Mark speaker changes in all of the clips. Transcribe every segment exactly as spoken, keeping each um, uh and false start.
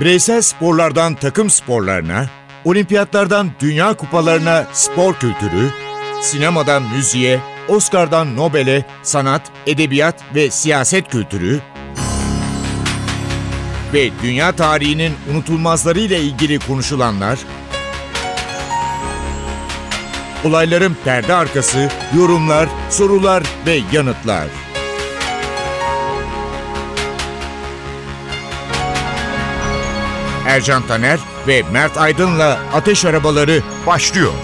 Speaker 1: Bireysel sporlardan takım sporlarına, olimpiyatlardan dünya kupalarına spor kültürü, sinemadan müziğe, Oscar'dan Nobel'e sanat, edebiyat ve siyaset kültürü ve dünya tarihinin unutulmazlarıyla ilgili konuşulanlar, olayların perde arkası, yorumlar, sorular ve yanıtlar. Ercan Taner ve Mert Aydın'la Ateş Arabaları başlıyor.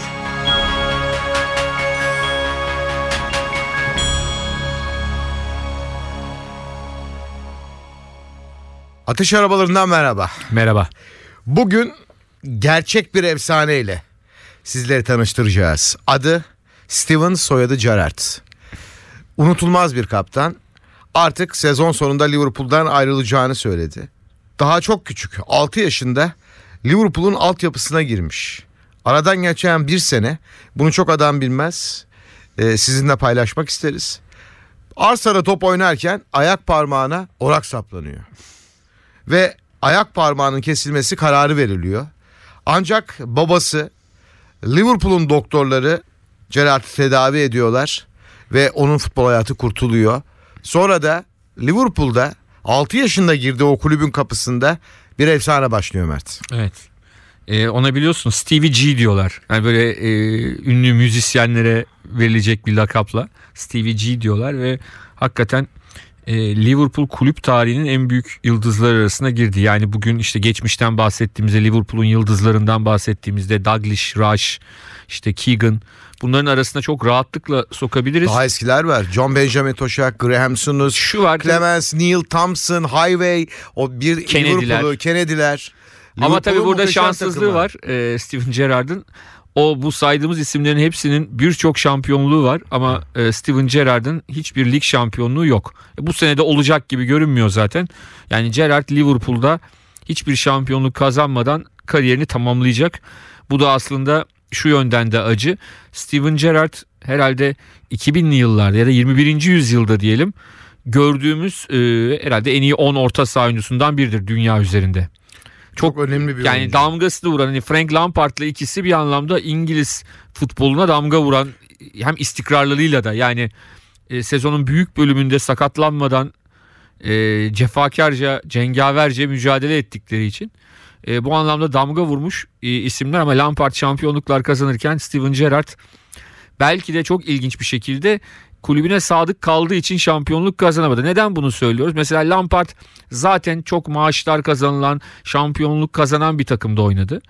Speaker 2: Ateş Arabalarından merhaba.
Speaker 3: Merhaba.
Speaker 2: Bugün gerçek bir efsaneyle sizleri tanıştıracağız. Adı Steven, soyadı Gerrard. Unutulmaz bir kaptan. Artık sezon sonunda Liverpool'dan ayrılacağını söyledi. Daha çok küçük, altı yaşında Liverpool'un altyapısına girmiş. Aradan geçen bir sene, bunu çok adam bilmez, ee, sizinle paylaşmak isteriz. Arsa'da top oynarken ayak parmağına orak saplanıyor. Ve ayak parmağının kesilmesi kararı veriliyor. Ancak babası, Liverpool'un doktorları Gerrard'ı tedavi ediyorlar ve onun futbol hayatı kurtuluyor. Sonra da Liverpool'da altı yaşında girdiği o kulübün kapısında bir efsane başlıyor Mert.
Speaker 3: Evet. Ee, ona biliyorsun Stevie G diyorlar. Yani böyle e, ünlü müzisyenlere verilecek bir lakapla Stevie G diyorlar ve hakikaten e, Liverpool kulüp tarihinin en büyük yıldızları arasına girdi. Yani bugün işte geçmişten bahsettiğimizde, Liverpool'un yıldızlarından bahsettiğimizde Dalglish, Rush, işte Keegan, bunların arasında çok rahatlıkla sokabiliriz.
Speaker 2: Daha eskiler var. John Benjamin Toshak, Graham Souness,
Speaker 3: Şu var,
Speaker 2: Clemens, Neil Thompson, Highway, o bir
Speaker 3: Kennedy'ler.
Speaker 2: Liverpool'u, Kennedy'ler.
Speaker 3: Ama tabii burada şanssızlığı var e, Steven Gerrard'ın. O bu saydığımız isimlerin hepsinin birçok şampiyonluğu var ama e, Steven Gerrard'ın hiçbir lig şampiyonluğu yok. E, bu sene de olacak gibi görünmüyor zaten. Yani Gerrard Liverpool'da hiçbir şampiyonluk kazanmadan kariyerini tamamlayacak. Bu da aslında şu yönden de acı. Steven Gerrard herhalde iki binli yıllarda ya da yirmi birinci yüzyılda diyelim gördüğümüz e, herhalde en iyi on orta saha oyuncusundan biridir dünya üzerinde.
Speaker 2: Çok, çok önemli bir
Speaker 3: yani
Speaker 2: oyuncu.
Speaker 3: Damgasını vuran, hani Frank Lampard'la ikisi bir anlamda İngiliz futboluna damga vuran, hem istikrarlılığıyla da, yani e, sezonun büyük bölümünde sakatlanmadan e, cefakarca, cengaverce mücadele ettikleri için e, bu anlamda damga vurmuş e, isimler. Ama Lampard şampiyonluklar kazanırken Steven Gerrard belki de çok ilginç bir şekilde kulübüne sadık kaldığı için şampiyonluk kazanamadı. Neden bunu söylüyoruz? Mesela Lampard zaten çok maaşlar kazanılan, şampiyonluk kazanan bir takımda oynadı.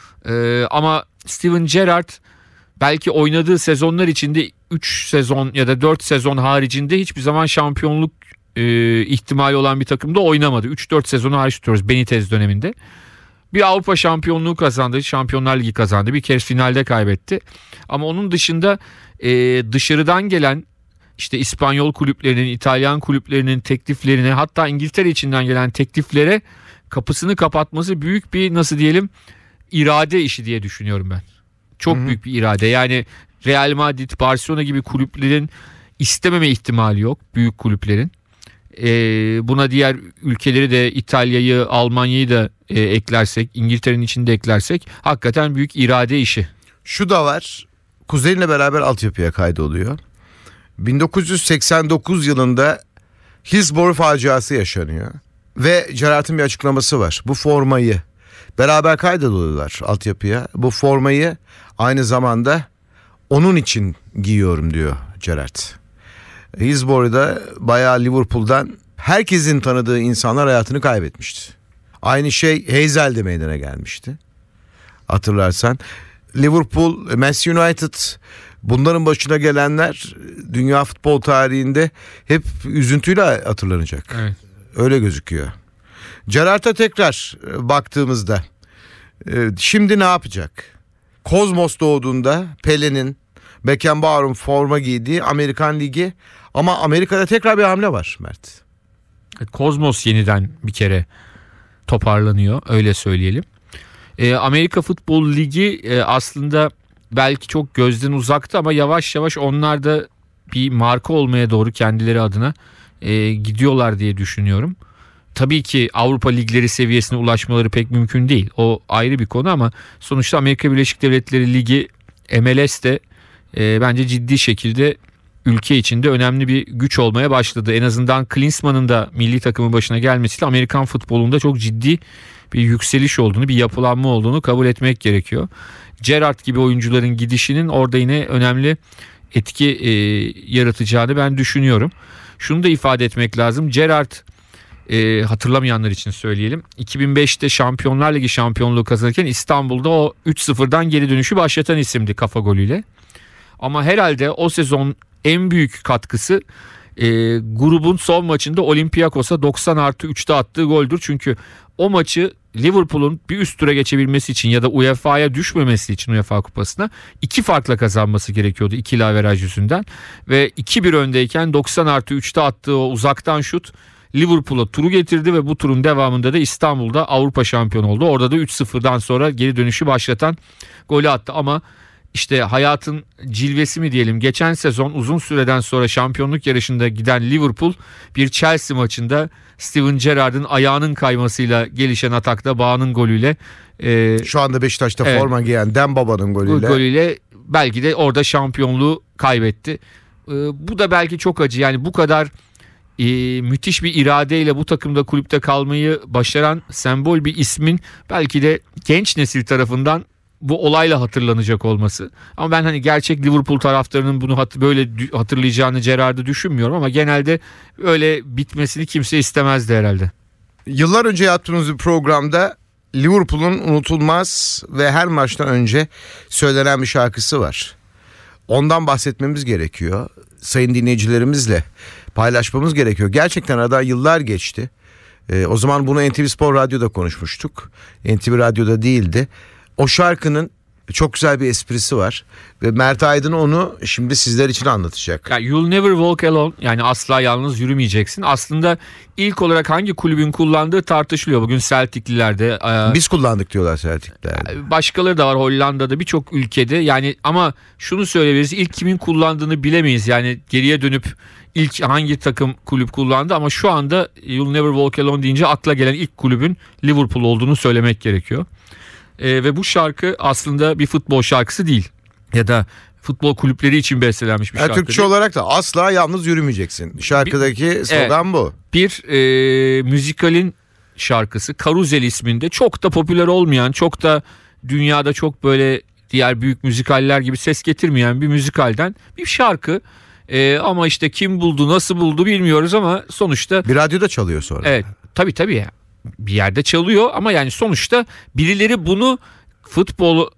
Speaker 3: Ee, ama Steven Gerrard belki oynadığı sezonlar içinde üç sezon ya da dört sezon haricinde hiçbir zaman şampiyonluk e, ihtimali olan bir takımda oynamadı. üç dört sezonu hariç tutuyoruz Benitez döneminde. Bir Avrupa şampiyonluğu kazandı, Şampiyonlar Ligi kazandı. Bir kez finalde kaybetti. Ama onun dışında e, dışarıdan gelen işte İspanyol kulüplerinin, İtalyan kulüplerinin tekliflerine, hatta İngiltere içinden gelen tekliflere kapısını kapatması büyük bir, nasıl diyelim, irade işi diye düşünüyorum ben. Çok Hı-hı. büyük bir irade. Yani Real Madrid, Barcelona gibi kulüplerin istememe ihtimali yok, büyük kulüplerin. Ee, buna diğer ülkeleri de, İtalya'yı, Almanya'yı da e, eklersek, İngiltere'nin içinde eklersek hakikaten büyük irade işi.
Speaker 2: Şu da var, kuzeninle beraber altyapıya kaydoluyor. bin dokuz yüz seksen dokuz yılında Hillsborough faciası yaşanıyor ve Gerrard'ın bir açıklaması var. Bu formayı beraber kaydoluyorlar altyapıya. Bu formayı aynı zamanda onun için giyiyorum diyor Gerrard. Hillsborough'da bayağı Liverpool'dan herkesin tanıdığı insanlar hayatını kaybetmişti. Aynı şey Hazel'de meydana gelmişti. Hatırlarsan Liverpool, Manchester United, bunların başına gelenler dünya futbol tarihinde hep üzüntüyle hatırlanacak.
Speaker 3: Evet.
Speaker 2: Öyle gözüküyor. Gerrard'a tekrar baktığımızda şimdi ne yapacak? Kozmos doğduğunda Pele'nin, Beckenbauer'un forma giydiği Amerikan Ligi, ama Amerika'da tekrar bir hamle var Mert.
Speaker 3: Kozmos yeniden bir kere toparlanıyor, öyle söyleyelim. E, Amerika Futbol Ligi e, aslında belki çok gözden uzaktı ama yavaş yavaş onlar da bir marka olmaya doğru kendileri adına e, gidiyorlar diye düşünüyorum. tabii ki Avrupa ligleri seviyesine ulaşmaları pek mümkün değil. O ayrı bir konu ama sonuçta Amerika Birleşik Devletleri Ligi M L S'te e, bence ciddi şekilde ülke içinde önemli bir güç olmaya başladı. En azından Klinsmann'ın da milli takımın başına gelmesiyle Amerikan futbolunda çok ciddi bir yükseliş olduğunu, bir yapılanma olduğunu kabul etmek gerekiyor. Gerrard gibi oyuncuların gidişinin orada yine önemli etki e, yaratacağını ben düşünüyorum. Şunu da ifade etmek lazım. Gerrard, e, hatırlamayanlar için söyleyelim, iki bin beşte Şampiyonlar Ligi şampiyonluğu kazanırken İstanbul'da o üç sıfırdan geri dönüşü başlatan isimdi kafa golüyle. Ama herhalde o sezon en büyük katkısı e, grubun son maçında Olympiakos'a doksan artı üçte attığı goldür. Çünkü o maçı Liverpool'un bir üst tura geçebilmesi için ya da U E F A'ya düşmemesi için UEFA Kupası'na iki farkla kazanması gerekiyordu ikili averaj yüzünden. Ve iki bir öndeyken doksan artı üçte attığı o uzaktan şut Liverpool'a turu getirdi ve bu turun devamında da İstanbul'da Avrupa şampiyonu oldu. Orada da üç sıfırdan sonra geri dönüşü başlatan golü attı ama İşte hayatın cilvesi mi diyelim, geçen sezon uzun süreden sonra şampiyonluk yarışında giden Liverpool bir Chelsea maçında Steven Gerrard'ın ayağının kaymasıyla gelişen atakta Bağ'ın golüyle e,
Speaker 2: şu anda Beşiktaş'ta
Speaker 3: evet,
Speaker 2: forma giyen Dembaba'nın golüyle.
Speaker 3: golüyle belki de orada şampiyonluğu kaybetti. E, bu da belki çok acı, yani bu kadar e, müthiş bir iradeyle bu takımda, kulüpte kalmayı başaran sembol bir ismin belki de genç nesil tarafından bu olayla hatırlanacak olması. Ama ben hani gerçek Liverpool taraftarının bunu hat- böyle hatırlayacağını Gerrard'ı düşünmüyorum ama genelde öyle bitmesini kimse istemezdi herhalde.
Speaker 2: Yıllar önce yaptığımız bir programda Liverpool'un unutulmaz ve her maçtan önce söylenen bir şarkısı var. Ondan bahsetmemiz gerekiyor. Sayın dinleyicilerimizle paylaşmamız gerekiyor. Gerçekten aradan yıllar geçti. Ee, o zaman bunu N T V Spor Radyo'da konuşmuştuk. N T V Radyo'da değildi. O şarkının çok güzel bir esprisi var ve Mert Aydın onu şimdi sizler için anlatacak.
Speaker 3: Yani You'll Never Walk Alone, yani asla yalnız yürümeyeceksin. Aslında ilk olarak hangi kulübün kullandığı tartışılıyor. Bugün Celtic'lilerde.
Speaker 2: Biz kullandık diyorlar Celtic'lerde.
Speaker 3: Başkaları da var, Hollanda'da, birçok ülkede. Yani ama şunu söyleyebiliriz, ilk kimin kullandığını bilemeyiz. Yani geriye dönüp ilk hangi takım kulüp kullandı ama şu anda You'll Never Walk Alone deyince akla gelen ilk kulübün Liverpool olduğunu söylemek gerekiyor. Ee, ve bu şarkı aslında bir futbol şarkısı değil ya da futbol kulüpleri için bestelenmiş bir
Speaker 2: yani
Speaker 3: şarkı
Speaker 2: Türkçe
Speaker 3: değil.
Speaker 2: olarak da asla yalnız yürümeyeceksin. Şarkıdaki bir, slogan evet, bu.
Speaker 3: Bir e, müzikalin şarkısı, Karuzel isminde, çok da popüler olmayan, çok da dünyada çok böyle diğer büyük müzikaller gibi ses getirmeyen bir müzikalden bir şarkı. E, ama işte kim buldu, nasıl buldu bilmiyoruz ama sonuçta
Speaker 2: bir radyoda çalıyor sonra.
Speaker 3: Evet, tabii tabii ya. Bir yerde çalıyor ama yani sonuçta birileri bunu futbolla,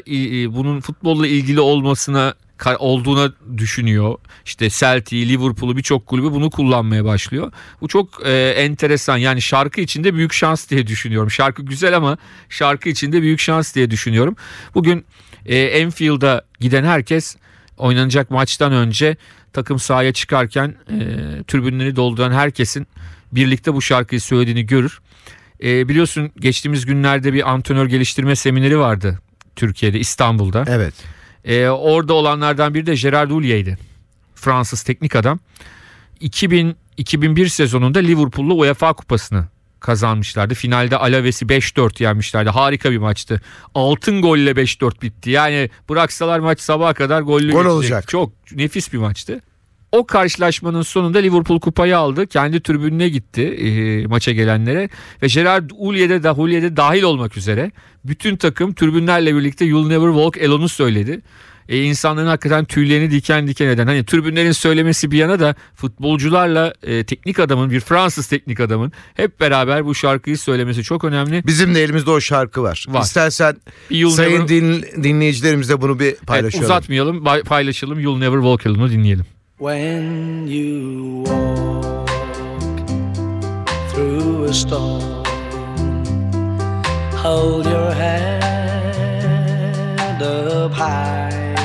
Speaker 3: bunun futbolla ilgili olmasına olduğuna düşünüyor. İşte Celtic'i, Liverpool'u, birçok kulübü bunu kullanmaya başlıyor. Bu çok e, enteresan. Yani şarkı içinde büyük şans diye düşünüyorum. Şarkı güzel ama şarkı içinde büyük şans diye düşünüyorum. Bugün e, Anfield'a giden herkes oynanacak maçtan önce takım sahaya çıkarken e, tribünleri dolduran herkesin birlikte bu şarkıyı söylediğini görür. E, biliyorsun geçtiğimiz günlerde bir antrenör geliştirme semineri vardı Türkiye'de, İstanbul'da.
Speaker 2: Evet.
Speaker 3: E, orada olanlardan biri de Gerard Houlliè'ydi. Fransız teknik adam. iki bin iki bin bir sezonunda Liverpool'la UEFA Kupası'nı kazanmışlardı. Finalde Alaves'i beş dört yenmişlerdi. Harika bir maçtı. Altın golle beş dört bitti. Yani bıraksalar maç sabaha kadar gollü
Speaker 2: Gol
Speaker 3: geçecek.
Speaker 2: olacak.
Speaker 3: Çok nefis bir maçtı. O karşılaşmanın sonunda Liverpool kupayı aldı. Kendi tribününe gitti e, maça gelenlere. Ve Gerard Houlliè'de de Houlliè'de dahil olmak üzere bütün takım tribünlerle birlikte You'll Never Walk Alone'u söyledi. E, insanların hakikaten tüylerini diken diken eden. Hani tribünlerin söylemesi bir yana da futbolcularla e, teknik adamın, bir Fransız teknik adamın hep beraber bu şarkıyı söylemesi çok önemli.
Speaker 2: Bizim de elimizde o şarkı var. var. İstersen sayın never... din, dinleyicilerimizle bunu bir paylaşalım.
Speaker 3: Evet, uzatmayalım, paylaşalım. You'll Never Walk Alone'u dinleyelim.
Speaker 4: When you walk through a storm, hold your head up high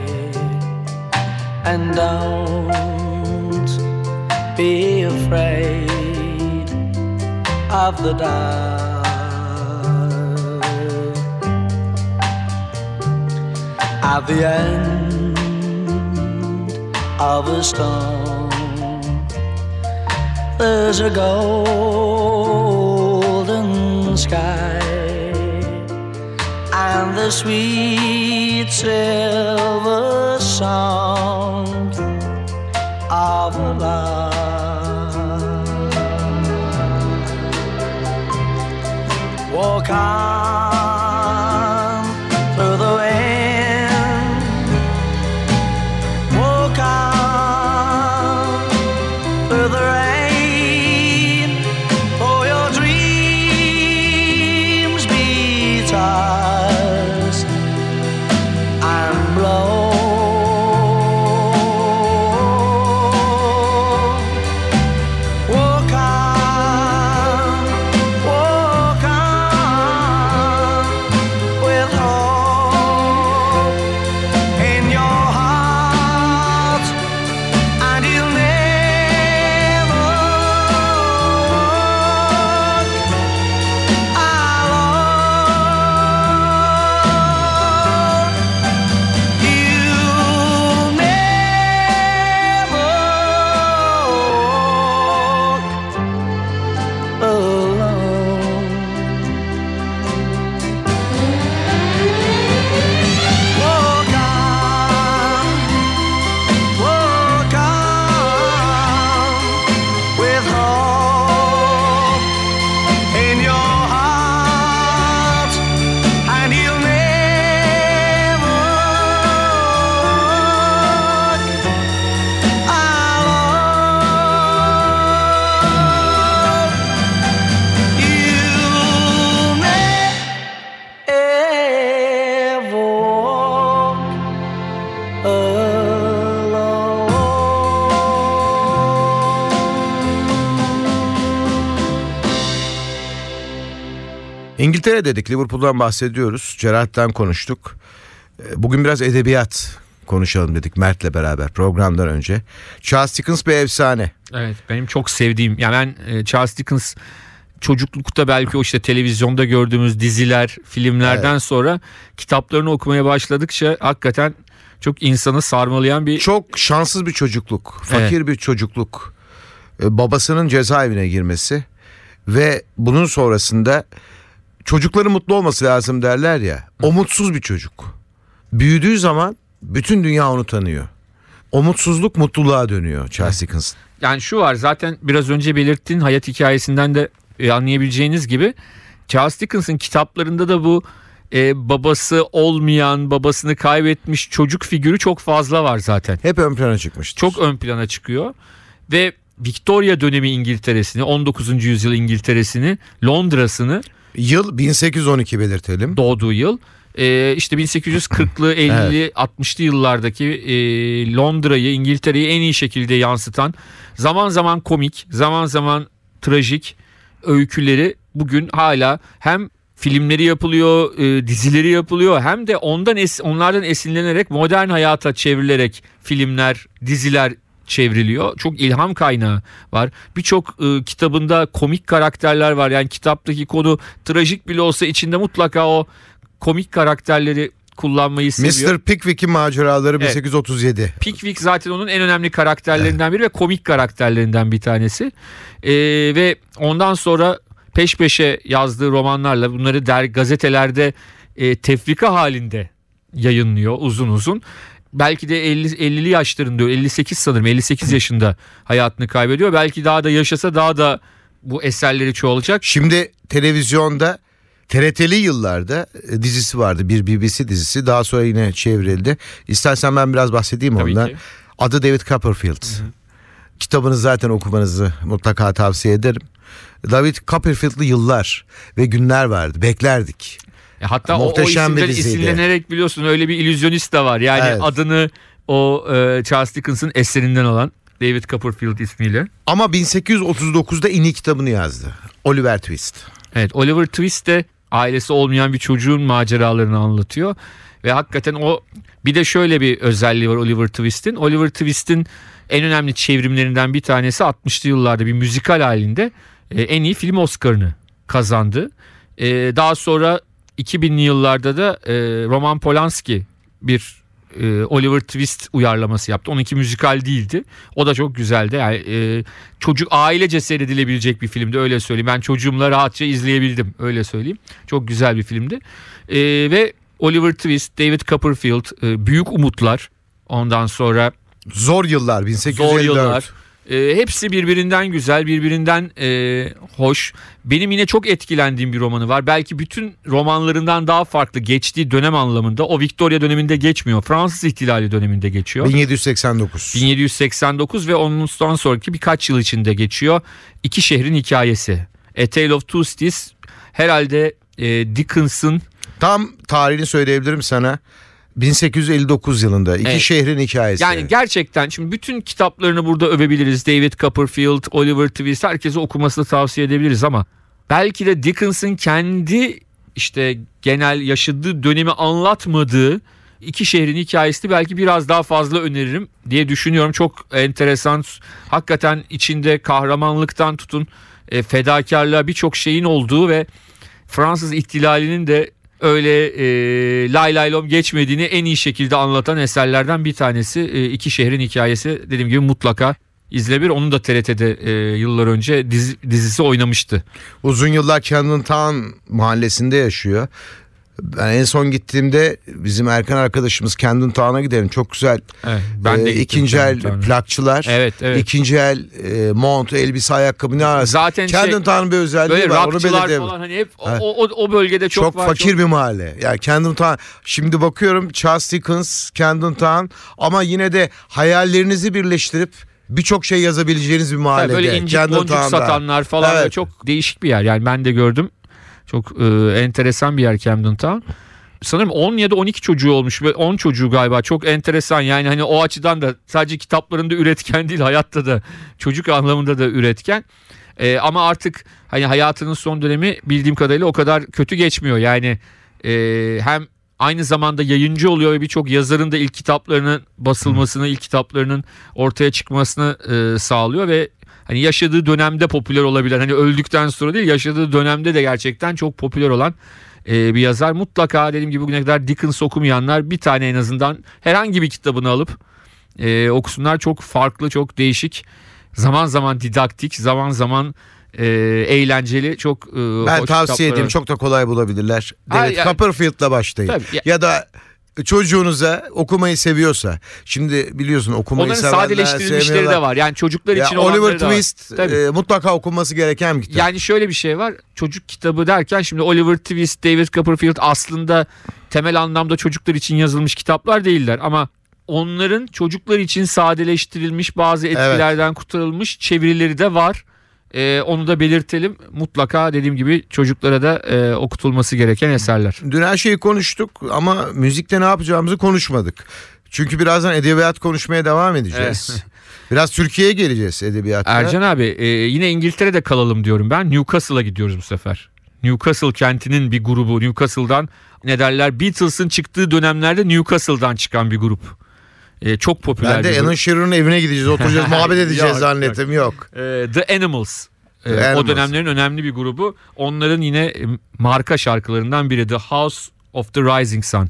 Speaker 4: and don't be afraid of the dark. At the end of a storm, there's a golden sky and the sweet silver sound of love. Walk on through the wind, walk on through the rain, for your dreams be tossed and blown. Walk on, walk on with hope in your heart, and you'll never walk alone. You'll never walk alone. Walk on, walk on with hope in your heart, and you'll never walk alone. You'll never walk alone.
Speaker 2: İngiltere dedik, Liverpool'dan bahsediyoruz. Gerrard'dan konuştuk. Ee, Bugün biraz edebiyat konuşalım dedik Mert'le beraber programdan önce. Charles Dickens bir efsane.
Speaker 3: Evet, benim çok sevdiğim, yani ben e, Charles Dickens çocuklukta belki o işte televizyonda gördüğümüz diziler, filmlerden sonra kitaplarını okumaya başladıkça hakikaten çok insanı sarmalayan bir
Speaker 2: Çok şanssız bir çocukluk, fakir bir çocukluk. Ee, Babasının cezaevine girmesi ve bunun sonrasında çocukların mutlu olması lazım derler ya. O mutsuz bir çocuk. Büyüdüğü zaman bütün dünya onu tanıyor. O mutsuzluk mutluluğa dönüyor Charles Dickens.
Speaker 3: Yani şu var, zaten biraz önce belirttiğin hayat hikayesinden de e, anlayabileceğiniz gibi Charles Dickens'ın kitaplarında da bu e, babası olmayan, babasını kaybetmiş çocuk figürü çok fazla var zaten.
Speaker 2: Hep ön plana çıkmıştır.
Speaker 3: Çok ön plana çıkıyor ve Victoria dönemi İngiltere'sini, on dokuzuncu yüzyıl İngiltere'sini, Londra'sını,
Speaker 2: Yıl bin sekiz yüz on iki belirtelim.
Speaker 3: doğduğu yıl, e, işte bin sekiz yüz kırklı, ellili, altmışlı yıllardaki e, Londra'yı, İngiltere'yi en iyi şekilde yansıtan, zaman zaman komik, zaman zaman trajik öyküleri bugün hala hem filmleri yapılıyor, e, dizileri yapılıyor, hem de ondan es, onlardan esinlenerek modern hayata çevrilerek filmler, diziler çevriliyor. Çok ilham kaynağı var. Birçok e, kitabında komik karakterler var. Yani kitaptaki konu trajik bile olsa içinde mutlaka o komik karakterleri kullanmayı seviyor.
Speaker 2: mister Pickwick'in maceraları bin sekiz yüz otuz yedi.
Speaker 3: Pickwick zaten onun en önemli karakterlerinden biri ve komik karakterlerinden bir tanesi. Ee, ve ondan sonra peş peşe yazdığı romanlarla bunları der gazetelerde e, tefrika halinde yayınlıyor uzun uzun. Belki de elli, ellili yaşlarında, elli sekiz sanırım, elli sekiz yaşında hayatını kaybediyor. Belki daha da yaşasa daha da bu eserleri çoğalacak.
Speaker 2: Şimdi televizyonda T R T'li yıllarda e, dizisi vardı, bir B B C dizisi, daha sonra yine çevrildi. İstersen ben biraz bahsedeyim
Speaker 3: Tabii
Speaker 2: ondan.
Speaker 3: ki.
Speaker 2: Adı David Copperfield. Hı hı. Kitabını zaten okumanızı mutlaka tavsiye ederim. David Copperfield'lı yıllar ve günler vardı, beklerdik.
Speaker 3: E hatta o, o
Speaker 2: Muhteşem bir
Speaker 3: isimden
Speaker 2: diziydi.
Speaker 3: esinlenerek biliyorsun öyle bir illüzyonist de var. Yani
Speaker 2: Evet.
Speaker 3: adını o e, Charles Dickens'ın eserinden alan David Copperfield ismiyle.
Speaker 2: Ama bin sekiz yüz otuz dokuzda en iyi kitabını yazdı. Oliver Twist.
Speaker 3: Evet, Oliver Twist de ailesi olmayan bir çocuğun maceralarını anlatıyor. Ve hakikaten o, bir de şöyle bir özelliği var Oliver Twist'in. Oliver Twist'in en önemli çevrimlerinden bir tanesi altmışlı yıllarda bir müzikal halinde e, en iyi film Oscar'ını kazandı. E, daha sonra iki binli yıllarda da e, Roman Polanski bir e, Oliver Twist uyarlaması yaptı. Onunki müzikal değildi. O da çok güzeldi. Yani e, çocuk ailece seyredilebilecek bir filmdi, öyle söyleyeyim. Ben çocuğumla rahatça izleyebildim, öyle söyleyeyim. Çok güzel bir filmdi. E, ve Oliver Twist, David Copperfield, e, Büyük Umutlar, ondan sonra
Speaker 2: Zor Yıllar bin sekiz yüz elli dört.
Speaker 3: Zor Yıllar. E, hepsi birbirinden güzel, birbirinden e, hoş. Benim yine çok etkilendiğim bir romanı var. Belki bütün romanlarından daha farklı geçtiği dönem anlamında. O Victoria döneminde geçmiyor. Fransız İhtilali döneminde geçiyor.
Speaker 2: bin yedi yüz seksen dokuz.
Speaker 3: bin yedi yüz seksen dokuz ve ondan sonraki birkaç yıl içinde geçiyor. İki Şehrin Hikayesi. A Tale of Two Cities. Herhalde e, Dickens'ın...
Speaker 2: Tam tarihini söyleyebilirim sana. bin sekiz yüz elli dokuz yılında İki
Speaker 3: Evet.
Speaker 2: Şehrin Hikayesi.
Speaker 3: Yani gerçekten şimdi bütün kitaplarını burada övebiliriz. David Copperfield, Oliver Twist, herkese okumasını tavsiye edebiliriz ama belki de Dickens'ın kendi işte genel yaşadığı dönemi anlatmadığı İki Şehrin Hikayesini belki biraz daha fazla öneririm diye düşünüyorum. Çok enteresan, hakikaten içinde kahramanlıktan tutun e, fedakarlığa birçok şeyin olduğu ve Fransız İhtilali'nin de öyle e, lay lay lom geçmediğini en iyi şekilde anlatan eserlerden bir tanesi. E, İki Şehrin Hikayesi, dediğim gibi mutlaka izleyebilir. Onun da T R T'de e, yıllar önce dizi, dizisi oynamıştı.
Speaker 2: Uzun yıllar Camden Town mahallesinde yaşıyor. Ben en son gittiğimde bizim Erkan arkadaşımız Camden Town'a gidelim. Çok güzel.
Speaker 3: Evet, ben de
Speaker 2: e,
Speaker 3: gittim
Speaker 2: ikinci el
Speaker 3: Camden Town'a.
Speaker 2: plakçılar.
Speaker 3: Evet, evet.
Speaker 2: İkinci el e, mont, elbise, ayakkabı ne arası.
Speaker 3: Zaten
Speaker 2: Camden
Speaker 3: şey,
Speaker 2: Town'un bir özelliği
Speaker 3: böyle
Speaker 2: var. Onu
Speaker 3: rockçılar
Speaker 2: belirteyim.
Speaker 3: falan hani hep o,
Speaker 2: Evet.
Speaker 3: o, o bölgede çok,
Speaker 2: Çok
Speaker 3: var.
Speaker 2: fakir
Speaker 3: çok...
Speaker 2: bir mahalle. Yani Camden Town. Şimdi bakıyorum Charles Dickens, Camden Town, ama yine de hayallerinizi birleştirip birçok şey yazabileceğiniz bir mahallede.
Speaker 3: Tabii böyle incik
Speaker 2: Camden
Speaker 3: boncuk
Speaker 2: Town'da.
Speaker 3: satanlar falan,
Speaker 2: Evet.
Speaker 3: böyle çok değişik bir yer. Yani ben de gördüm. Çok e, enteresan bir yer Camden Town. Sanırım on ya da on iki çocuğu olmuş. on çocuğu galiba. Çok enteresan. Yani hani o açıdan da sadece kitaplarında üretken değil, hayatta da çocuk anlamında da üretken. Ee, ama artık hani hayatının son dönemi bildiğim kadarıyla o kadar kötü geçmiyor. Yani e, hem aynı zamanda yayıncı oluyor ve birçok yazarın da ilk kitaplarının basılmasını, ilk kitaplarının ortaya çıkmasını e, sağlıyor ve hani yaşadığı dönemde popüler olabilen, hani öldükten sonra değil, yaşadığı dönemde de gerçekten çok popüler olan bir yazar. Mutlaka dediğim gibi bugüne kadar Dickens okumayanlar bir tane en azından herhangi bir kitabını alıp e, okusunlar. Çok farklı, çok değişik, zaman zaman didaktik, zaman zaman e, eğlenceli, çok e,
Speaker 2: Ben
Speaker 3: hoş
Speaker 2: tavsiye
Speaker 3: kitapları.
Speaker 2: edeyim, çok da kolay bulabilirler.
Speaker 3: Ha,
Speaker 2: David
Speaker 3: yani-
Speaker 2: Copperfield'la başlayın.
Speaker 3: Tabii, ya-
Speaker 2: Ya da çocuğunuza okumayı seviyorsa. Şimdi biliyorsun okumayı
Speaker 3: Onların
Speaker 2: sevenler,
Speaker 3: sadeleştirilmişleri
Speaker 2: sevmiyorlar.
Speaker 3: de var. Yani çocuklar
Speaker 2: Ya
Speaker 3: için
Speaker 2: Oliver
Speaker 3: olanları da var.
Speaker 2: Twist
Speaker 3: Tabii.
Speaker 2: e, mutlaka okunması gereken bir kitap.
Speaker 3: Yani şöyle bir şey var. Çocuk kitabı derken şimdi Oliver Twist, David Copperfield aslında temel anlamda çocuklar için yazılmış kitaplar değiller. Ama onların çocuklar için sadeleştirilmiş, bazı etkilerden kurtarılmış çevirileri de var. Ee, onu da belirtelim. Mutlaka dediğim gibi çocuklara da e, okutulması gereken eserler.
Speaker 2: Dün her şeyi konuştuk ama müzikte ne yapacağımızı konuşmadık. Çünkü birazdan edebiyat konuşmaya devam edeceğiz.
Speaker 3: Evet.
Speaker 2: Biraz Türkiye'ye geleceğiz edebiyatta.
Speaker 3: Ercan abi e, yine İngiltere'de kalalım diyorum ben. Newcastle'a gidiyoruz bu sefer. Newcastle kentinin bir grubu. Newcastle'dan ne derler? Beatles'ın çıktığı dönemlerde Newcastle'dan çıkan bir grup. E, çok popüler
Speaker 2: Ben de
Speaker 3: bir
Speaker 2: Alan
Speaker 3: grup.
Speaker 2: Shearer'ın evine gideceğiz, oturacağız, muhabbet edeceğiz
Speaker 3: Yok,
Speaker 2: zannettim. Yok.
Speaker 3: E, The Animals. E,
Speaker 2: The
Speaker 3: O
Speaker 2: Animals.
Speaker 3: dönemlerin önemli bir grubu. Onların yine e, marka şarkılarından biri The House of the Rising Sun.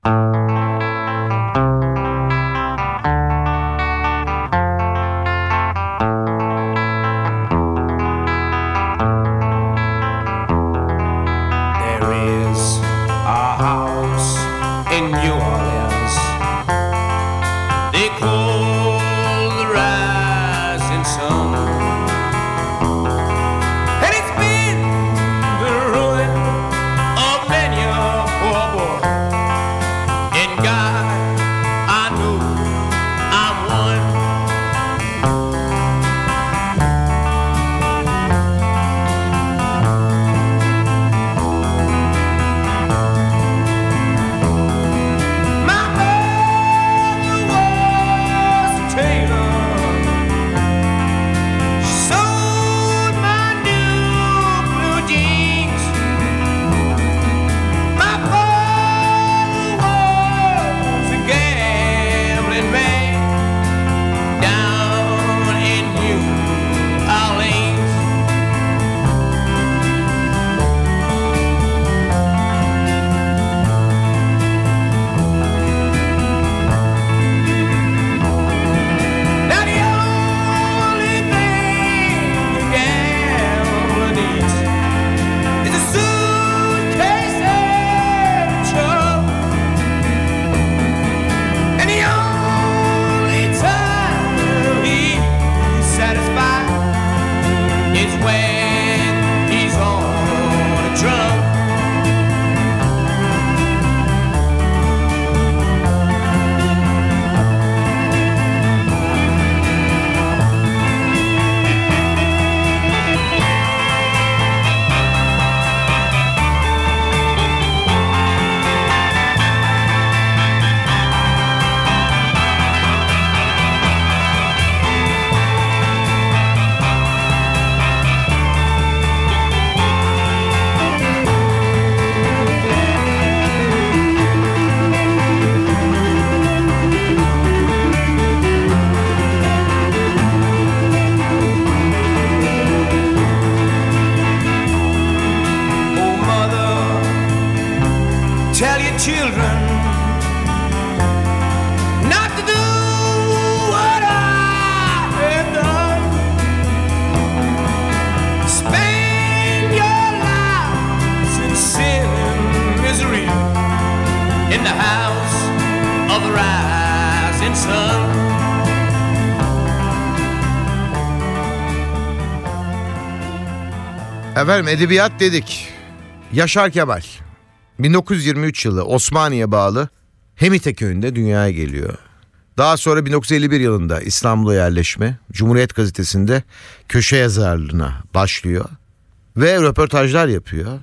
Speaker 5: There is a house in New Orleans they call the Rising Sun, and it's been the ruin of many a poor boy. And God street is a suitcase and a trunk. And the only time he's satisfied is when he's on a drunk. Tell your children not to do what I have done. Spend your lives in sin and misery in the house of the rising sun.
Speaker 2: Efendim edebiyat dedik. Yaşar Kemal bin dokuz yüz yirmi üç yılı Osmaniye bağlı Hemite köyünde dünyaya geliyor. Daha sonra bin dokuz yüz elli bir yılında İstanbul'a yerleşme, Cumhuriyet Gazetesi'nde köşe yazarlığına başlıyor ve röportajlar yapıyor.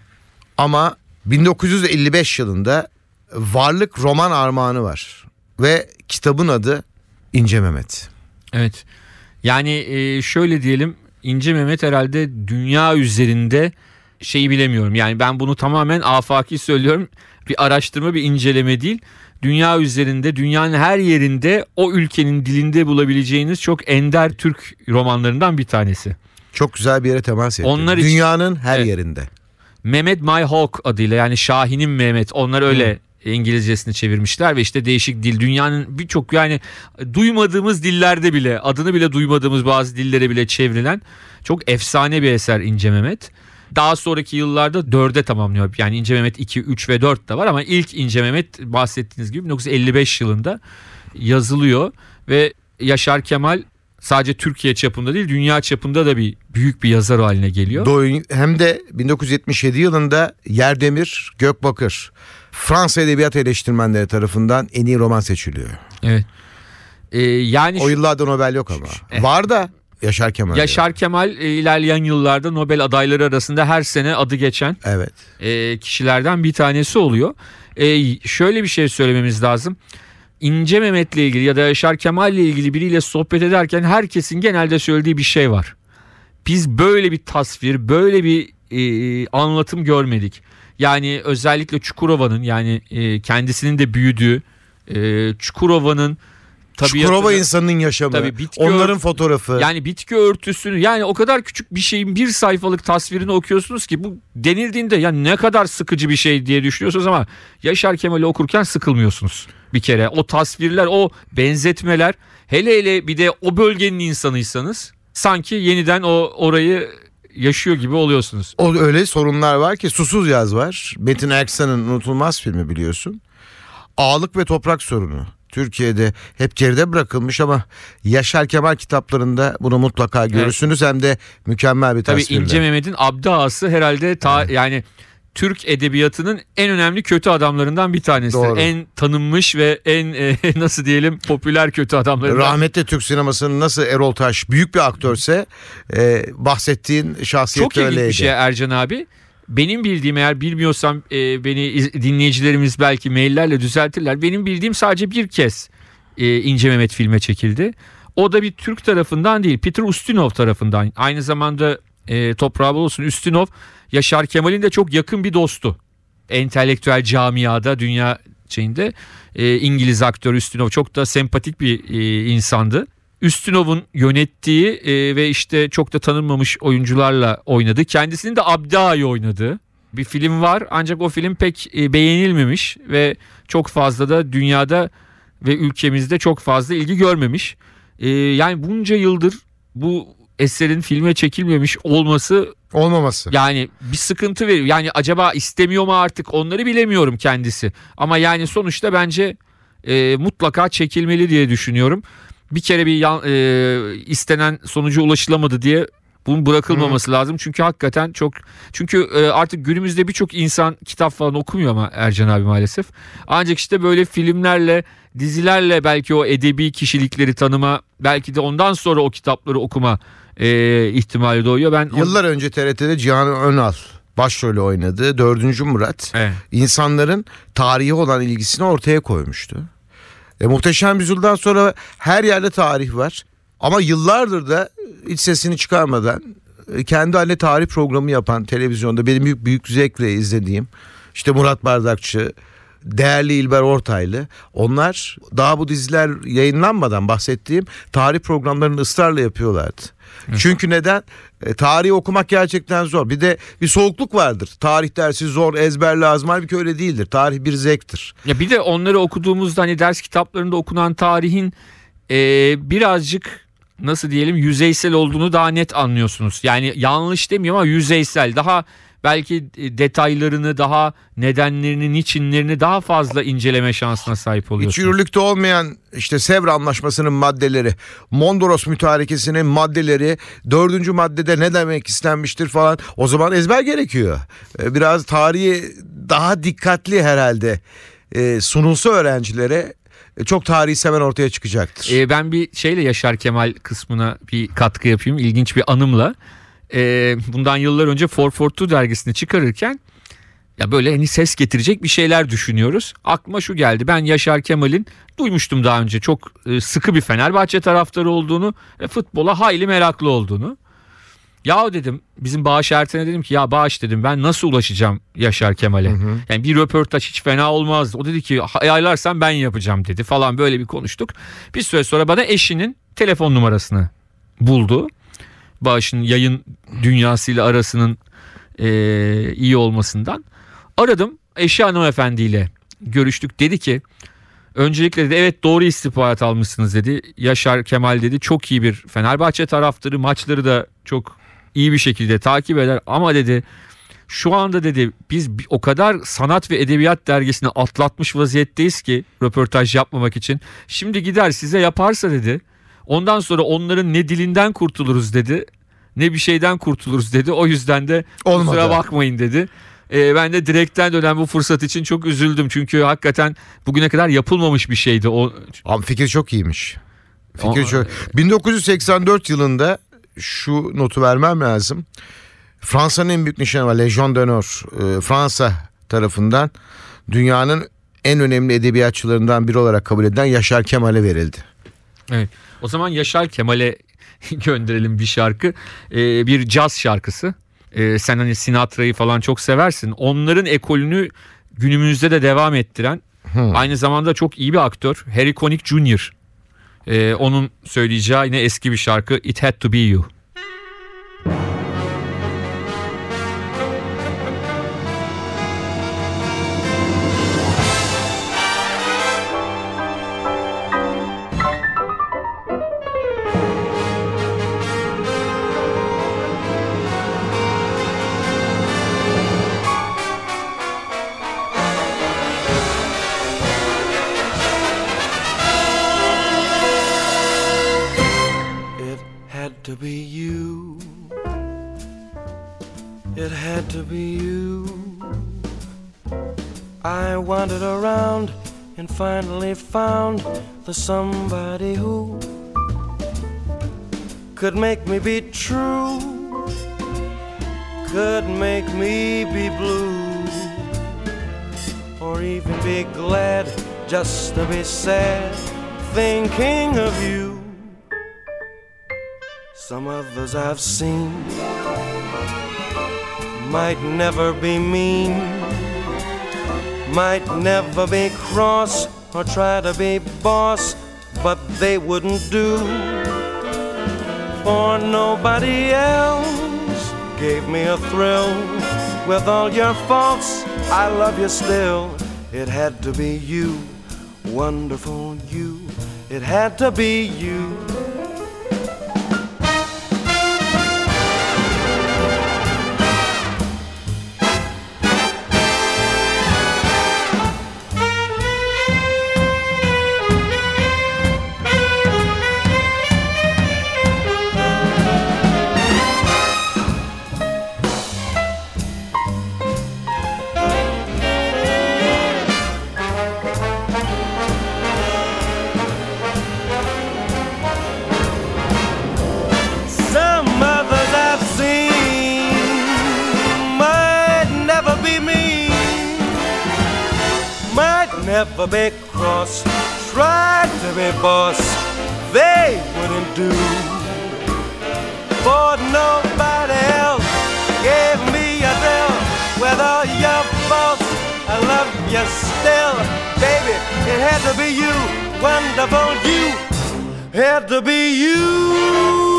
Speaker 2: Ama bin dokuz yüz elli beş yılında Varlık roman armağanı var ve kitabın adı İnce Mehmet.
Speaker 3: Evet. Yani e, şöyle diyelim, İnce Mehmet herhalde dünya üzerinde şeyi bilemiyorum. Yani ben bunu tamamen afaki söylüyorum. Bir araştırma, bir inceleme değil. Dünya üzerinde, dünyanın her yerinde o ülkenin dilinde bulabileceğiniz çok ender Türk romanlarından bir tanesi.
Speaker 2: Çok güzel bir yere temas etti.
Speaker 3: Onlar için-
Speaker 2: Dünyanın her
Speaker 3: Evet.
Speaker 2: yerinde.
Speaker 3: Mehmet My Hawk adıyla, yani Şahin'in Mehmet. Onlar öyle İngilizcesini çevirmişler ve işte değişik dil, dünyanın birçok, yani duymadığımız dillerde bile, adını bile duymadığımız bazı dillere bile çevrilen çok efsane bir eser İnce Mehmet. Daha sonraki yıllarda dörde tamamlıyor. Yani İnce Mehmet iki, üç ve dört de var ama ilk İnce Mehmet bahsettiğiniz gibi bin dokuz yüz elli beş yılında yazılıyor ve Yaşar Kemal sadece Türkiye çapında değil, dünya çapında da bir büyük bir yazar haline geliyor.
Speaker 2: Doğru. Hem de bin dokuz yüz yetmiş yedi yılında Yerdemir Gökbakır Fransa Edebiyat Eleştirmenleri tarafından en iyi roman seçiliyor.
Speaker 3: Evet. Ee, yani
Speaker 2: O yıllarda Nobel yok ama.
Speaker 3: Eh.
Speaker 2: Var da Yaşar Kemal.
Speaker 3: Yaşar Kemal e, ilerleyen yıllarda Nobel adayları arasında her sene adı geçen
Speaker 2: Evet.
Speaker 3: e, kişilerden bir tanesi oluyor. E, şöyle bir şey söylememiz lazım. İnce Mehmet'le ilgili ya da Yaşar Kemal'le ilgili biriyle sohbet ederken herkesin genelde söylediği bir şey var. Biz böyle bir tasvir, böyle bir e, anlatım görmedik. Yani özellikle Çukurova'nın, yani e, kendisinin de büyüdüğü e, Çukurova'nın
Speaker 2: Çukurova
Speaker 3: tabiatını-
Speaker 2: insanın yaşamı,
Speaker 3: Tabii, bitki
Speaker 2: onların
Speaker 3: ör-
Speaker 2: fotoğrafı.
Speaker 3: Yani bitki örtüsünü, yani o kadar küçük bir şeyin bir sayfalık tasvirini okuyorsunuz ki bu denildiğinde ya ne kadar sıkıcı bir şey diye düşünüyorsunuz ama Yaşar Kemal'i okurken sıkılmıyorsunuz bir kere. O tasvirler, o benzetmeler, hele hele bir de o bölgenin insanıysanız sanki yeniden o orayı yaşıyor gibi oluyorsunuz.
Speaker 2: O öyle sorunlar var ki Susuz Yaz var. Metin Erksan'ın unutulmaz filmi biliyorsun. Ağalık ve toprak sorunu. Türkiye'de hep geride bırakılmış ama Yaşar Kemal kitaplarında bunu mutlaka görürsünüz. Hem de mükemmel bir
Speaker 3: Tabii
Speaker 2: tasvirle.
Speaker 3: İnce Mehmet'in Abdi Ağası herhalde ta, yani Türk edebiyatının en önemli kötü adamlarından bir tanesidir.
Speaker 2: Doğru.
Speaker 3: En tanınmış ve en e, nasıl diyelim popüler kötü adamlarından.
Speaker 2: Rahmetli Türk sinemasının nasıl Erol Taş büyük bir aktörse e, bahsettiğin şahsiyet
Speaker 3: Çok ilginç
Speaker 2: öyleydi.
Speaker 3: bir şey Ercan abi. Benim bildiğim, eğer bilmiyorsam e, beni iz- dinleyicilerimiz belki maillerle düzeltirler. Benim bildiğim sadece bir kez e, İnce Mehmet filme çekildi. O da bir Türk tarafından değil, Peter Ustinov tarafından. Aynı zamanda e, toprağı bol olsun, Ustinov Yaşar Kemal'in de çok yakın bir dostu. Entelektüel camiada, dünya şeyinde e, İngiliz aktör Ustinov çok da sempatik bir e, insandı. Üstünov'un yönettiği e, ve işte çok da tanınmamış oyuncularla oynadı. Kendisinin de Abdi Ağa'yı oynadığı bir film var. Ancak o film pek e, beğenilmemiş ve çok fazla da dünyada ve ülkemizde çok fazla ilgi görmemiş. E, yani bunca yıldır bu eserin filme çekilmemiş olması
Speaker 2: Olmaması.
Speaker 3: yani bir sıkıntı veriyor. Yani acaba istemiyor mu artık, onları bilemiyorum kendisi. Ama yani sonuçta bence e, mutlaka çekilmeli diye düşünüyorum. Bir kere bir yan, e, istenen sonuca ulaşılamadı diye bunun bırakılmaması hmm. lazım. Çünkü hakikaten çok, çünkü e, artık günümüzde birçok insan kitap falan okumuyor ama Ercan abi maalesef. Ancak işte böyle filmlerle, dizilerle belki o edebi kişilikleri tanıma, belki de ondan sonra o kitapları okuma e, ihtimali doğuyor. Ben
Speaker 2: Yıllar on... önce T R T'de Cihan Önal başrolü oynadığı Dördüncü Murat evet. insanların tarihe olan ilgisini ortaya koymuştu. E, Muhteşem Yüzyıl'dan sonra her yerde tarih var. Ama yıllardır da hiç sesini çıkarmadan kendi haline tarih programı yapan, televizyonda benim büyük, büyük zevkle izlediğim işte Murat Bardakçı, değerli İlber Ortaylı, onlar daha bu diziler yayınlanmadan bahsettiğim tarih programlarını ısrarla yapıyorlardı. Hı. Çünkü neden? E, tarihi okumak gerçekten zor. Bir de bir soğukluk vardır. Tarih dersi zor, ezber lazım. Halbuki öyle değildir. Tarih bir zevktir.
Speaker 3: Ya bir de onları okuduğumuzda hani ders kitaplarında okunan tarihin e, birazcık nasıl diyelim yüzeysel olduğunu daha net anlıyorsunuz. Yani yanlış demiyorum ama yüzeysel, daha belki detaylarını, daha nedenlerini, niçinlerini daha fazla inceleme şansına sahip oluyorsunuz.
Speaker 2: Hiç yürürlükte olmayan işte Sevr Anlaşması'nın maddeleri, Mondros Mütarekesi'nin maddeleri, dördüncü maddede ne demek istenmiştir falan, o zaman ezber gerekiyor. Biraz tarihi daha dikkatli herhalde sunulsa öğrencilere çok tarihi seven ortaya çıkacaktır.
Speaker 3: Ee, ben bir şeyle Yaşar Kemal kısmına bir katkı yapayım. İlginç bir anımla. Ee, bundan yıllar önce four forty-two dergisini çıkarırken ya böyle hani ses getirecek bir şeyler düşünüyoruz. Aklıma şu geldi. Ben Yaşar Kemal'in duymuştum daha önce çok sıkı bir Fenerbahçe taraftarı olduğunu ve futbola hayli meraklı olduğunu. Ya dedim, bizim Bağış Erten'e dedim ki ya Bağış dedim, ben nasıl ulaşacağım Yaşar Kemal'e? Hı hı. Yani bir röportaj hiç fena olmazdı. O dedi ki ayarlarsan ben yapacağım dedi falan, böyle bir konuştuk. Bir süre sonra bana eşinin telefon numarasını buldu. Bağış'ın yayın dünyasıyla arasının e, iyi olmasından. Aradım, eşi hanımefendiyle görüştük, dedi ki öncelikle dedi evet doğru istihbarat almışsınız dedi. Yaşar Kemal dedi çok iyi bir Fenerbahçe taraftarı, maçları da çok iyi bir şekilde takip eder ama dedi şu anda dedi biz o kadar sanat ve edebiyat dergisini atlatmış vaziyetteyiz ki röportaj yapmamak için. Şimdi gider size yaparsa dedi, ondan sonra onların ne dilinden kurtuluruz dedi, ne bir şeyden kurtuluruz dedi. O yüzden de kusura bakmayın dedi. Ee, ben de direkten dönen bu fırsat için çok üzüldüm. Çünkü hakikaten bugüne kadar yapılmamış bir şeydi. O...
Speaker 2: Ama fikir çok iyiymiş. Fikir o... çok... bin dokuz yüz seksen dört yılında şu notu vermem lazım. Fransa'nın en büyük nişanı var, Légion d'honneur. Ee, Fransa tarafından dünyanın en önemli edebiyatçılarından biri olarak kabul edilen Yaşar Kemal'e verildi.
Speaker 3: Evet. O zaman Yaşar Kemal'e gönderelim bir şarkı. Ee, bir caz şarkısı. Ee, sen hani Sinatra'yı falan çok seversin. Onların ekolünü günümüzde de devam ettiren, hmm. aynı zamanda çok iyi bir aktör, Harry Connick Junior Ee, onun söyleyeceği yine eski bir şarkı, It Had To Be You.
Speaker 5: To be you, it had to be you. I wandered around and finally found the somebody who could make me be true, could make me be blue, or even be glad just to be sad thinking of you. Some others I've seen might never be mean, might never be cross or try to be boss, but they wouldn't do, for nobody else gave me a thrill. With all your faults, I love you still. It had to be you, wonderful you. It had to be you. never be cross. Tried to be boss, they wouldn't do. For nobody else gave me a thrill. Whether you're false, I love you still. Baby, it had to be you, wonderful you. Had to be you.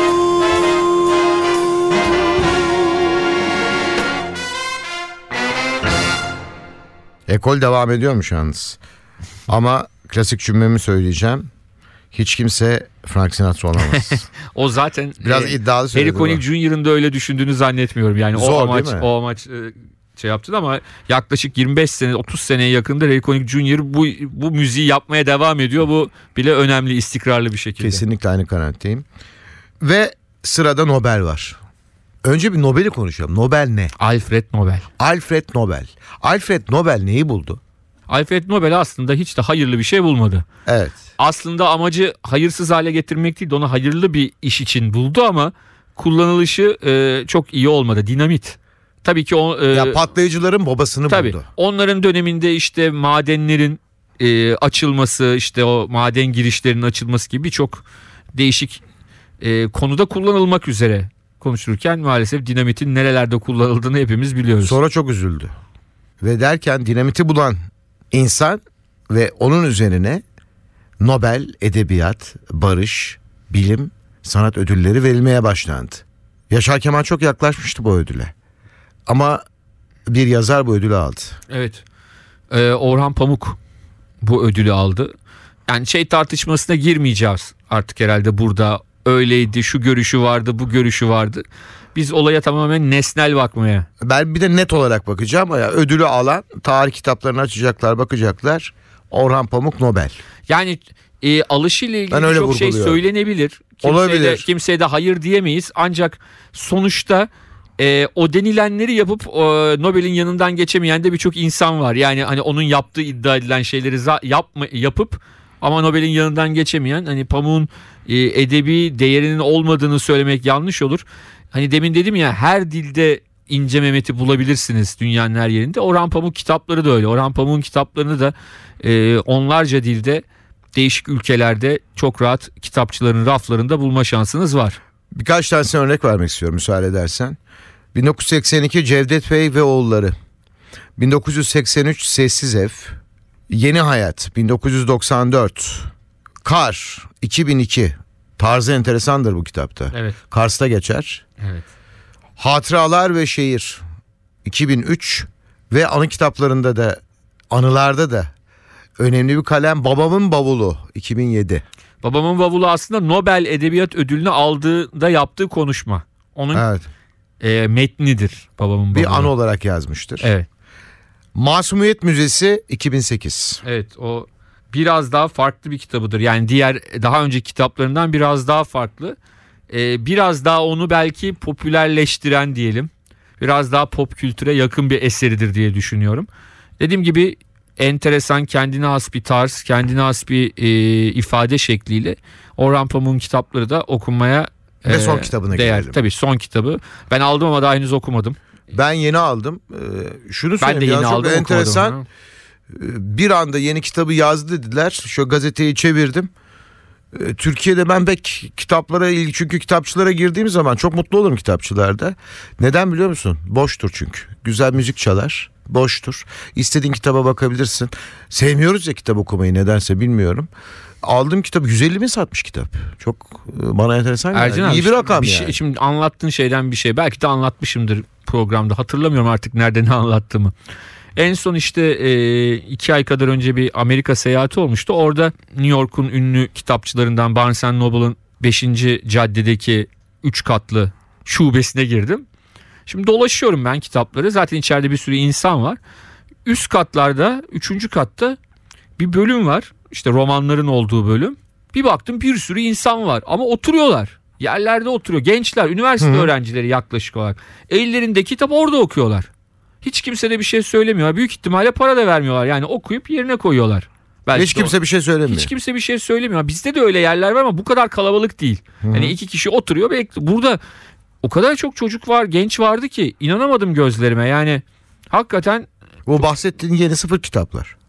Speaker 2: Ekol devam ediyormuş yalnız. Ama klasik cümlemi söyleyeceğim. Hiç kimse Frank Sinatra olamaz.
Speaker 3: O zaten
Speaker 2: biraz
Speaker 3: e,
Speaker 2: iddialı söyledi.
Speaker 3: Harry Connick Junior'ın da öyle düşündüğünü zannetmiyorum. Yani
Speaker 2: Zor,
Speaker 3: o amaç
Speaker 2: değil mi?
Speaker 3: o amaç e, şey yaptı ama yaklaşık yirmi beş sene otuz seneye yakında Harry Connick Junior bu bu müziği yapmaya devam ediyor. Bu bile önemli, istikrarlı bir şekilde.
Speaker 2: Kesinlikle aynı kanaatteyim. Ve sırada Nobel var. Önce bir Nobel'i konuşalım. Nobel ne?
Speaker 3: Alfred Nobel.
Speaker 2: Alfred Nobel. Alfred Nobel neyi buldu?
Speaker 3: Alfred Nobel aslında hiç de hayırlı bir şey bulmadı.
Speaker 2: Evet.
Speaker 3: Aslında amacı hayırsız hale getirmek değil de onu hayırlı bir iş için buldu ama kullanılışı e, çok iyi olmadı. Dinamit. Tabii ki o... E,
Speaker 2: Ya patlayıcıların babasını
Speaker 3: tabii,
Speaker 2: buldu.
Speaker 3: onların döneminde işte madenlerin e, açılması, işte o maden girişlerinin açılması gibi birçok değişik e, konuda kullanılmak üzere konuşulurken maalesef dinamitin nerelerde kullanıldığını hepimiz biliyoruz.
Speaker 2: Sonra çok üzüldü. Ve derken dinamiti bulan insan ve onun üzerine Nobel Edebiyat, Barış, Bilim, Sanat ödülleri verilmeye başlandı. Yaşar Kemal çok yaklaşmıştı bu ödüle. Ama bir yazar bu ödülü aldı.
Speaker 3: Evet. Ee, Orhan Pamuk bu ödülü aldı. Yani şey tartışmasına girmeyeceğiz artık herhalde burada. Öyleydi, şu görüşü vardı, bu görüşü vardı. Biz olaya tamamen nesnel bakmaya.
Speaker 2: Ben bir de net olarak bakacağım. Ya, ödülü alan tarih kitaplarını açacaklar, bakacaklar. Orhan Pamuk Nobel.
Speaker 3: Yani e, alışıyla ilgili
Speaker 2: Ben öyle
Speaker 3: çok şey
Speaker 2: vurguluyorum.
Speaker 3: söylenebilir. Kimseye
Speaker 2: Olabilir.
Speaker 3: de, kimseye de hayır diyemeyiz. Ancak sonuçta e, o denilenleri yapıp e, Nobel'in yanından geçemeyen de birçok insan var. Yani hani onun yaptığı iddia edilen şeyleri za- yapma, yapıp ama Nobel'in yanından geçemeyen, hani Pamuk'un e, edebi değerinin olmadığını söylemek yanlış olur. Hani demin dedim ya, her dilde İnce Mehmet'i bulabilirsiniz dünyanın her yerinde. Orhan Pamuk kitapları da öyle. Orhan Pamuk'un kitaplarını da e, onlarca dilde değişik ülkelerde çok rahat kitapçıların raflarında bulma şansınız var.
Speaker 2: Birkaç tane örnek vermek istiyorum müsaade edersen. bin dokuz yüz seksen iki Cevdet Bey ve Oğulları. bin dokuz yüz seksen üç Sessiz Ev. Yeni Hayat bin dokuz yüz doksan dört. Kar iki bin iki. Tarzı enteresandır bu kitapta.
Speaker 3: Evet.
Speaker 2: Kars'ta geçer.
Speaker 3: Evet.
Speaker 2: Hatıralar ve Şehir iki bin üç ve anı kitaplarında da, anılarda da önemli bir kalem. Babamın Bavulu iki bin yedi.
Speaker 3: Babamın Bavulu aslında Nobel Edebiyat Ödülünü aldığında yaptığı konuşma. Onun
Speaker 2: Evet.
Speaker 3: e, metnidir Babamın Bavulu.
Speaker 2: Bir anı olarak yazmıştır.
Speaker 3: Evet.
Speaker 2: Masumiyet Müzesi iki bin sekiz.
Speaker 3: Evet, o biraz daha farklı bir kitabıdır. Yani diğer daha önceki kitaplarından biraz daha farklı. Ee, biraz daha onu belki popülerleştiren diyelim. Biraz daha pop kültüre yakın bir eseridir diye düşünüyorum. Dediğim gibi enteresan, kendine has bir tarz, kendine has bir e, ifade şekliyle Orhan Pamuk'un kitapları da okunmaya
Speaker 2: Ve
Speaker 3: e,
Speaker 2: son kitabına
Speaker 3: değer.
Speaker 2: gelelim.
Speaker 3: Tabii son kitabı. Ben aldım ama daha henüz okumadım.
Speaker 2: Ben yeni aldım. Ee, şunu
Speaker 3: Ben de
Speaker 2: söyleyeyim.
Speaker 3: yeni
Speaker 2: ya,
Speaker 3: aldım,
Speaker 2: çok enteresan.
Speaker 3: okumadım.
Speaker 2: Bir anda yeni kitabı yazdı dediler. Şu gazeteyi çevirdim. Ee, Türkiye'de ben pek kitaplara ilgi, çünkü kitapçılara girdiğim zaman çok mutlu olurum kitapçılarda. Neden biliyor musun? Boştur çünkü. Güzel müzik çalar. Boştur. İstediğin kitaba bakabilirsin. Sevmiyoruz ya kitap okumayı, nedense bilmiyorum. Aldığım kitap yüz elli bin satmış kitap. Çok e, bana enteresan geldi.
Speaker 3: Ercan abi,
Speaker 2: İyi bir rakam
Speaker 3: bir
Speaker 2: yani.
Speaker 3: şey, şimdi anlattığın şeyden bir şey. Belki de anlatmışımdır programda. Hatırlamıyorum artık nerede ne anlattığımı. En son işte e, iki ay kadar önce bir Amerika seyahati olmuştu. Orada New York'un ünlü kitapçılarından Barnes and Noble'ın beşinci caddedeki üç katlı şubesine girdim. Şimdi dolaşıyorum ben kitapları. Zaten içeride bir sürü insan var. Üst katlarda, üçüncü katta bir bölüm var. İşte romanların olduğu bölüm. Bir baktım bir sürü insan var ama oturuyorlar. Yerlerde oturuyor. Gençler, üniversite
Speaker 2: Hı-hı.
Speaker 3: öğrencileri yaklaşık olarak. Ellerinde kitap, orada okuyorlar. Hiç kimse de bir şey söylemiyor. Büyük ihtimalle para da vermiyorlar. Yani okuyup yerine koyuyorlar. Belki
Speaker 2: Hiç
Speaker 3: de o-
Speaker 2: kimse bir şey söylemiyor.
Speaker 3: Hiç kimse bir şey söylemiyor. Bizde de öyle yerler var ama bu kadar kalabalık değil. Hani iki kişi oturuyor. Bekle. Burada o kadar çok çocuk var, genç vardı ki inanamadım gözlerime. Yani hakikaten
Speaker 2: Bu bahsettiğin yeni sıfır kitaplar.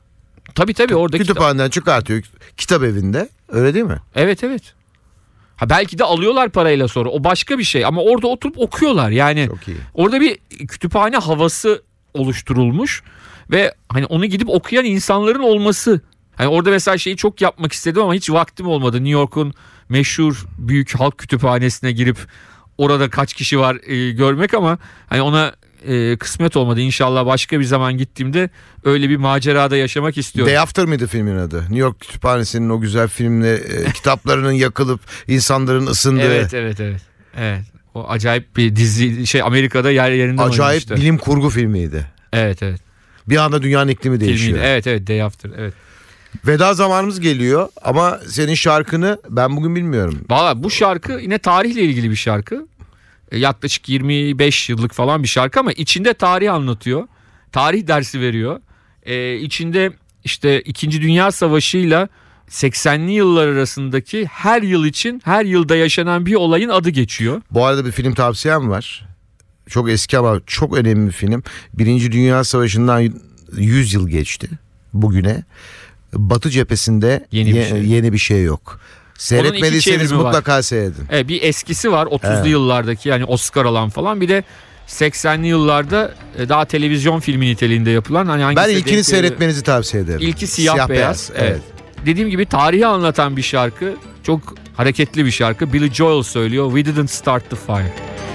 Speaker 3: Tabii tabii orada kitap.
Speaker 2: Kütüphaneden çıkartıyor kitap evinde. Öyle değil mi?
Speaker 3: Evet evet. Ha belki de alıyorlar parayla sonra. O başka bir şey ama orada oturup okuyorlar. Yani
Speaker 2: Çok iyi.
Speaker 3: orada bir kütüphane havası oluşturulmuş ve hani onu gidip okuyan insanların olması. Hani orada mesela şeyi çok yapmak istedim ama hiç vaktim olmadı. New York'un meşhur büyük halk kütüphanesine girip orada kaç kişi var e, görmek ama hani ona e, kısmet olmadı. İnşallah başka bir zaman gittiğimde öyle bir macerada yaşamak istiyorum.
Speaker 2: Day After mıydı filmin adı? New York Kütüphanesi'nin o güzel filmle e, kitaplarının yakılıp insanların ısındığı.
Speaker 3: Evet evet evet. Evet. O acayip bir dizi şey Amerika'da yer yerinden
Speaker 2: Acayip
Speaker 3: oynamıştı.
Speaker 2: bilim kurgu filmiydi.
Speaker 3: Evet evet.
Speaker 2: Bir anda dünyanın iklimi değişiyor.
Speaker 3: Filmiydi. Evet evet Day After evet.
Speaker 2: Veda zamanımız geliyor ama senin şarkını ben bugün bilmiyorum.
Speaker 3: Valla bu şarkı yine tarihle ilgili bir şarkı. E, yaklaşık yirmi beş yıllık falan bir şarkı ama içinde tarih anlatıyor. Tarih dersi veriyor. E, içinde işte İkinci Dünya Savaşı'yla seksenli yıllar arasındaki her yıl için her yılda yaşanan bir olayın adı geçiyor.
Speaker 2: Bu arada bir film tavsiyem var. Çok eski ama çok önemli bir film. Birinci Dünya Savaşı'ndan yüz yıl geçti bugüne. Batı cephesinde
Speaker 3: Yeni bir
Speaker 2: ye-
Speaker 3: şey.
Speaker 2: yeni bir şey yok. Seyretmediyseniz
Speaker 3: çevrimi var.
Speaker 2: mutlaka seyredin.
Speaker 3: Evet, bir eskisi var otuzlu
Speaker 2: Evet.
Speaker 3: yıllardaki yani Oscar alan falan bir de seksenli yıllarda e, daha televizyon filmi niteliğinde yapılan. Hani
Speaker 2: Ben
Speaker 3: hangisi
Speaker 2: ilkini
Speaker 3: denk geliyor?
Speaker 2: seyretmenizi tavsiye ederim.
Speaker 3: İlki siyah, beyaz. Evet. Dediğim gibi tarihi anlatan bir şarkı. Çok hareketli bir şarkı. Billy Joel söylüyor. We didn't start the fire.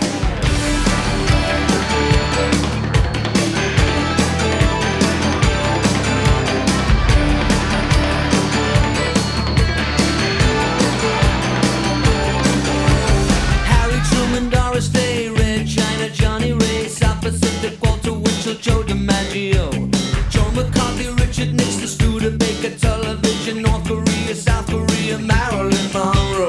Speaker 6: Harry Truman, Doris Day, Red China, Johnny Ray, South Pacific, Walter Winchell, Joe DiMaggio, Joe McCarthy, Richard Nixon, Studebaker, television, North Korea, South Korea, Marilyn Monroe.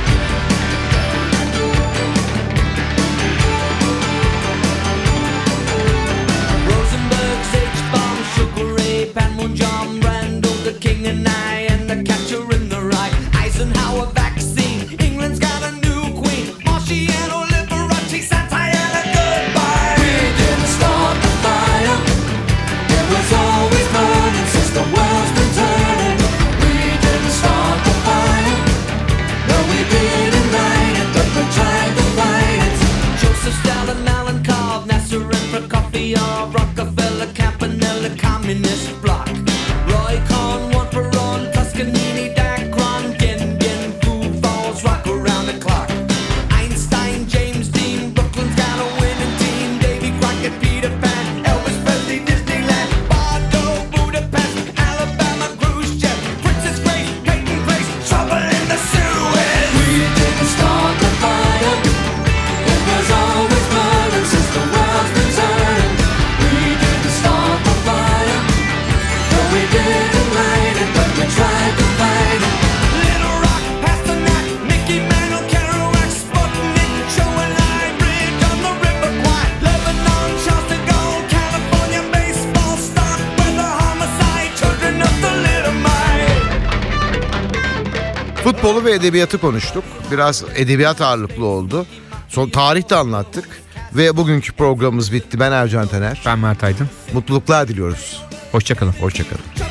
Speaker 6: Rosenberg, H-bomb, Sugar Ray, Panmunjom, Randall, the King and I, and the Catcher in the Rye, Eisenhower vaccine, England's got a new queen, Marciano, Liberace, Santana, goodbye. We didn't start the fire, it was always burning since the world's been turning. We didn't start the fire, no we didn't light it, but we tried to fight it. Joseph Stalin, Malenkov, Nasser and Prokofiev, Rockefeller, Campanella, Communist Bloc, Roy Cohn, Juan Perón, Toscanini, Dacron, Gin Gin, Food Falls, rock around the clock. Einstein, James Dean, Brooklyn's got a winning team, Davy Crockett, Peter Pan, Elvis Presley, Disneyland, Bordeaux, Budapest, Alabama, Khrushchev, Princess Grace, Peyton Place, trouble in the Suez. We didn't start the fire, it was always burning since the world's been turning. We didn't start the fire, no we didn't light it, but we tried to fight it. Little Rock, Pasternak, Mickey Mantle, Kerouac, Sputnik, Joe and I, Bridge on the River Kwai, Lebanon, Charleston Gold, California baseball stock, weather homicide, children of the little mite.
Speaker 2: Futbolu ve edebiyatı konuştuk. Biraz edebiyat ağırlıklı oldu. Son tarih de anlattık. Ve bugünkü programımız bitti. Ben Ercan Taner.
Speaker 3: Ben Mert Aydın.
Speaker 2: Mutluluklar diliyoruz.
Speaker 3: Hoşçakalın.
Speaker 2: Hoşçakalın.